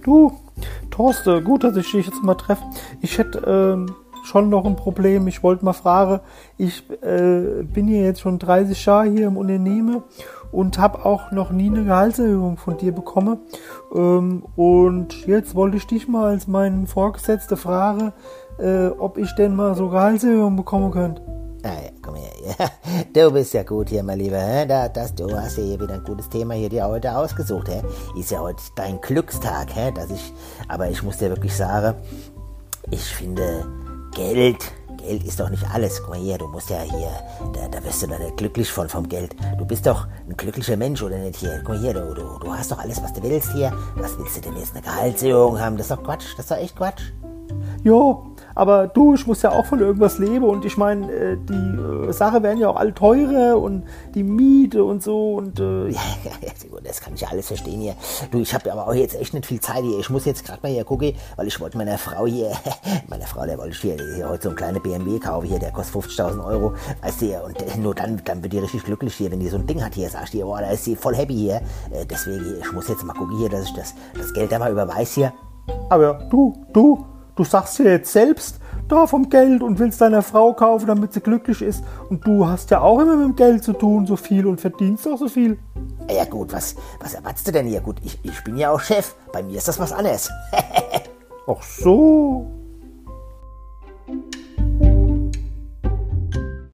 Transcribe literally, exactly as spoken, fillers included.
Du, Thorsten, gut, dass ich dich jetzt mal treffe. Ich hätte ähm, schon noch ein Problem. Ich wollte mal fragen, ich äh, bin hier jetzt schon dreißig Jahre hier im Unternehmen und habe auch noch nie eine Gehaltserhöhung von dir bekommen. Ähm, und jetzt wollte ich dich mal als meinen Vorgesetzten fragen, äh, ob ich denn mal so Gehaltserhöhung bekommen könnte. Ah ja, komm her. Ja. Du bist ja gut hier, mein Lieber. Hä? Da, das, du hast ja hier wieder ein gutes Thema hier dir heute ausgesucht. Hä? Ist ja heute dein Glückstag. Hä? Dass ich, aber ich muss dir wirklich sagen, ich finde, Geld, Geld ist doch nicht alles. Guck mal hier, du musst ja hier, da, da wirst du doch nicht glücklich von vom Geld. Du bist doch ein glücklicher Mensch, oder nicht hier? Guck mal hier, du, du, du hast doch alles, was du willst hier. Was willst du denn jetzt, eine Gehaltserhöhung haben? Das ist doch Quatsch, das ist doch echt Quatsch. Jo, aber du, ich muss ja auch von irgendwas leben und ich meine, äh, die äh, Sachen werden ja auch alle teurer und die Miete und so und äh, ja, ja, das kann ich ja alles verstehen hier. Du, ich habe aber auch jetzt echt nicht viel Zeit hier. Ich muss jetzt gerade mal hier gucken, weil ich wollte meiner Frau hier, meiner Frau, der wollte ich hier, hier heute so einen kleinen B M W kaufen hier, der kostet fünfzigtausend Euro, weißt du ja, und äh, nur dann, dann wird die richtig glücklich hier, wenn die so ein Ding hat hier, sagst du hier, boah, da ist sie voll happy hier. Äh, deswegen, ich muss jetzt mal gucken hier, dass ich das, das Geld da mal überweise hier. Aber du, du, du sagst ja jetzt selbst da vom Geld und willst deiner Frau kaufen, damit sie glücklich ist. Und du hast ja auch immer mit dem Geld zu tun, so viel, und verdienst auch so viel. Ja gut, was, was erwartest du denn hier? Gut, ich, ich bin ja auch Chef. Bei mir ist das was anderes. Ach so.